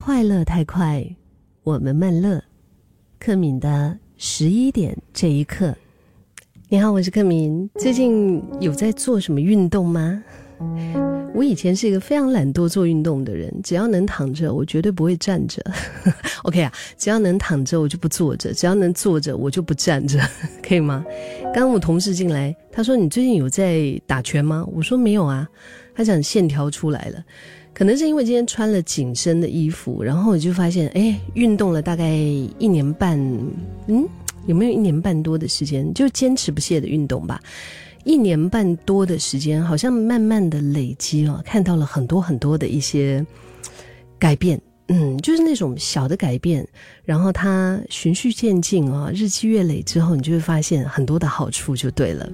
快乐太快，我们慢乐。克敏的11点这一刻。你好，我是克敏。最近有在做什么运动吗？我以前是一个非常懒惰做运动的人，只要能躺着我绝对不会站着OK 啊，只要能躺着我就不坐着，只要能坐着我就不站着可以吗？刚刚我同事进来，他说你最近有在打拳吗？我说没有啊。他讲线条出来了，可能是因为今天穿了紧身的衣服，然后我就发现运动了大概1年半，有没有1年半多的时间，就坚持不懈的运动吧。1年半多的时间，好像慢慢的累积看到了很多很多的一些改变，就是那种小的改变，然后它循序渐进日积月累之后，你就会发现很多的好处就对了。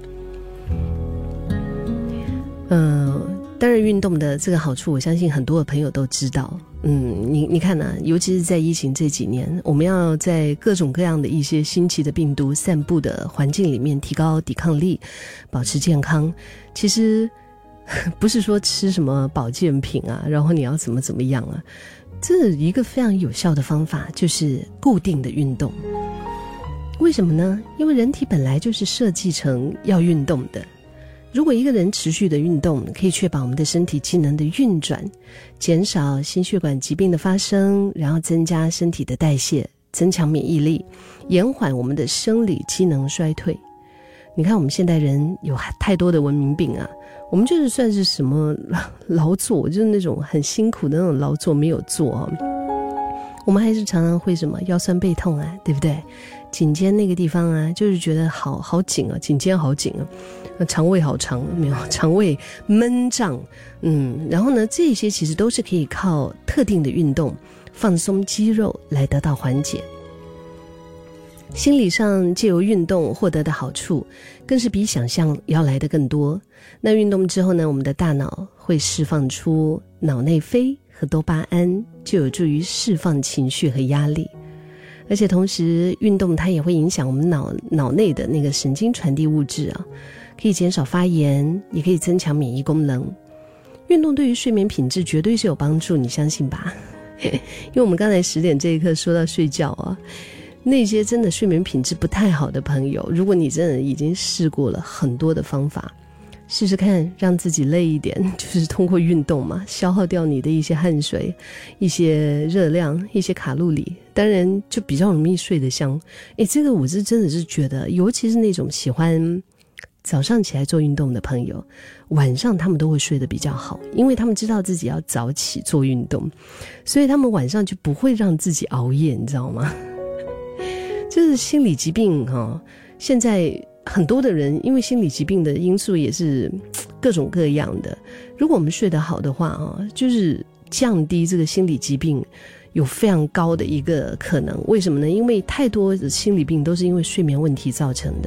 当然运动的这个好处我相信很多的朋友都知道。你看啊，尤其是在疫情这几年，我们要在各种各样的一些新奇的病毒散布的环境里面提高抵抗力，保持健康。其实不是说吃什么保健品啊，然后你要怎么样啊，这一个非常有效的方法就是固定的运动。为什么呢？因为人体本来就是设计成要运动的。如果一个人持续的运动，可以确保我们的身体机能的运转，减少心血管疾病的发生，然后增加身体的代谢，增强免疫力，延缓我们的生理机能衰退。你看我们现代人有太多的文明病啊，我们就是算是什么劳作，就是那种很辛苦的那种劳作没有做我们还是常常会什么腰酸背痛啊，对不对？颈肩那个地方啊，就是觉得好紧啊，颈肩好紧啊，肠胃好长，没有，肠胃闷胀，然后呢，这些其实都是可以靠特定的运动放松肌肉来得到缓解。心理上藉由运动获得的好处更是比想象要来得更多。那运动之后呢，我们的大脑会释放出脑内啡和多巴胺，就有助于释放情绪和压力。而且同时运动它也会影响我们脑内的那个神经传递物质可以减少发炎，也可以增强免疫功能。运动对于睡眠品质绝对是有帮助，你相信吧？因为我们刚才10点这一刻说到睡觉那些真的睡眠品质不太好的朋友，如果你真的已经试过了很多的方法，试试看让自己累一点，就是通过运动嘛，消耗掉你的一些汗水，一些热量，一些卡路里，当然就比较容易睡得香。这个我是真的是觉得，尤其是那种喜欢早上起来做运动的朋友，晚上他们都会睡得比较好，因为他们知道自己要早起做运动，所以他们晚上就不会让自己熬夜，你知道吗？就是心理疾病现在很多的人因为心理疾病的因素也是各种各样的，如果我们睡得好的话就是降低这个心理疾病有非常高的一个可能。为什么呢？因为太多的心理病都是因为睡眠问题造成的。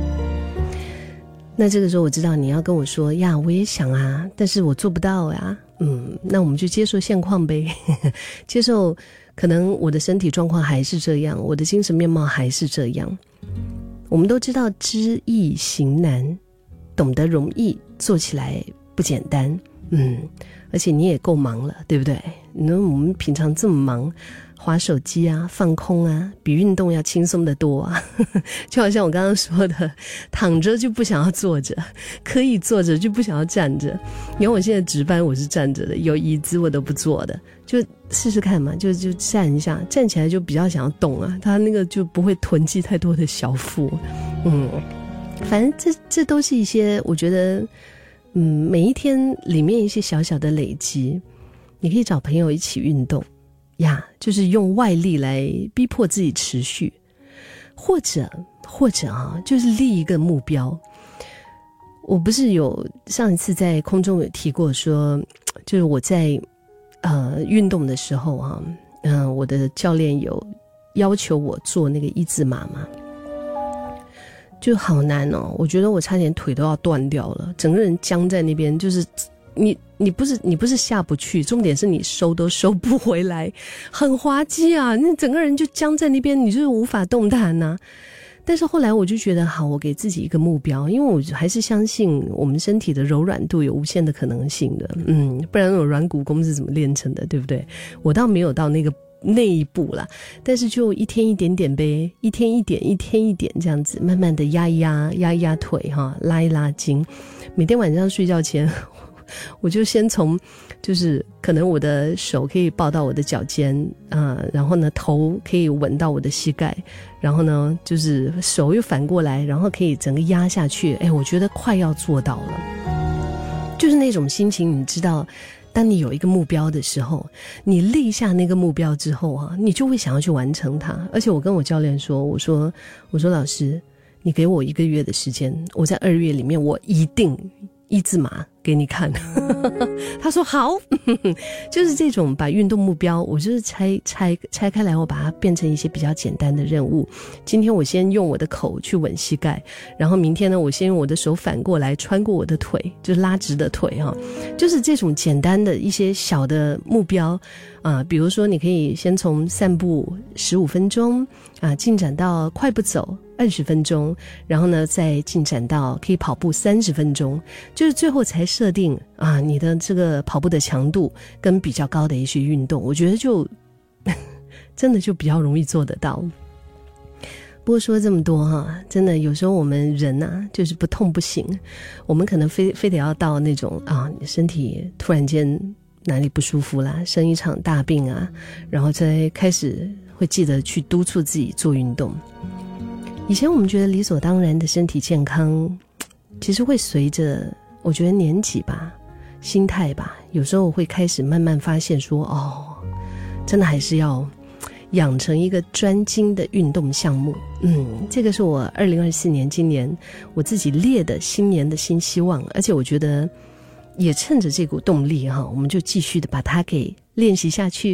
那这个时候我知道你要跟我说呀，我也想但是我做不到呀。那我们就接受现况呗接受可能我的身体状况还是这样，我的精神面貌还是这样。我们都知道知易行难，懂得容易，做起来不简单。而且你也够忙了，对不对？我们平常这么忙，滑手机放空比运动要轻松得多就好像我刚刚说的，躺着就不想要坐着，可以坐着就不想要站着。你看我现在值班我是站着的，有椅子我都不坐的，就试试看嘛，就站一下，站起来就比较想要动它那个就不会囤积太多的小腹。反正这都是一些我觉得每一天里面一些小小的累积。你可以找朋友一起运动就是用外力来逼迫自己持续，或者就是立一个目标。我不是有上一次在空中有提过说，就是我在运动的时候我的教练有要求我做那个一字马嘛，就好难我觉得我差点腿都要断掉了，整个人僵在那边，就是你不是下不去，重点是你收都收不回来，很滑稽你整个人就僵在那边，你就是无法动弹但是后来我就觉得好，我给自己一个目标，因为我还是相信我们身体的柔软度有无限的可能性的，不然我软骨功是怎么练成的，对不对？我倒没有到那一步啦，但是就一天一点点呗，一天一点这样子，慢慢的压一压腿哈，拉一拉筋。每天晚上睡觉前，我就先从就是可能我的手可以抱到我的脚尖然后呢头可以吻到我的膝盖，然后呢就是手又反过来，然后可以整个压下去。我觉得快要做到了，就是那种心情，你知道。当你有一个目标的时候，你立下那个目标之后你就会想要去完成它。而且我跟我教练说，我说老师，你给我1个月的时间，我在2月里面我一定1字马给你看。他说好。就是这种把运动目标，我就是拆开来，我把它变成一些比较简单的任务。今天我先用我的口去吻膝盖，然后明天呢，我先用我的手反过来穿过我的腿，就是拉直的腿就是这种简单的一些小的目标比如说你可以先从散步15分钟进展到快步走20分钟，然后呢再进展到可以跑步30分钟，就是最后才设定你的这个跑步的强度跟比较高的一些运动，我觉得就真的就比较容易做得到。不过说这么多真的有时候我们人就是不痛不行，我们可能非得要到那种你身体突然间哪里不舒服啦，生一场大病然后才开始会记得去督促自己做运动。以前我们觉得理所当然的身体健康，其实会随着我觉得年纪吧，心态吧，有时候会开始慢慢发现说真的还是要养成一个专精的运动项目。这个是我2024年今年我自己列的新年的新希望，而且我觉得也趁着这股动力我们就继续的把它给练习下去。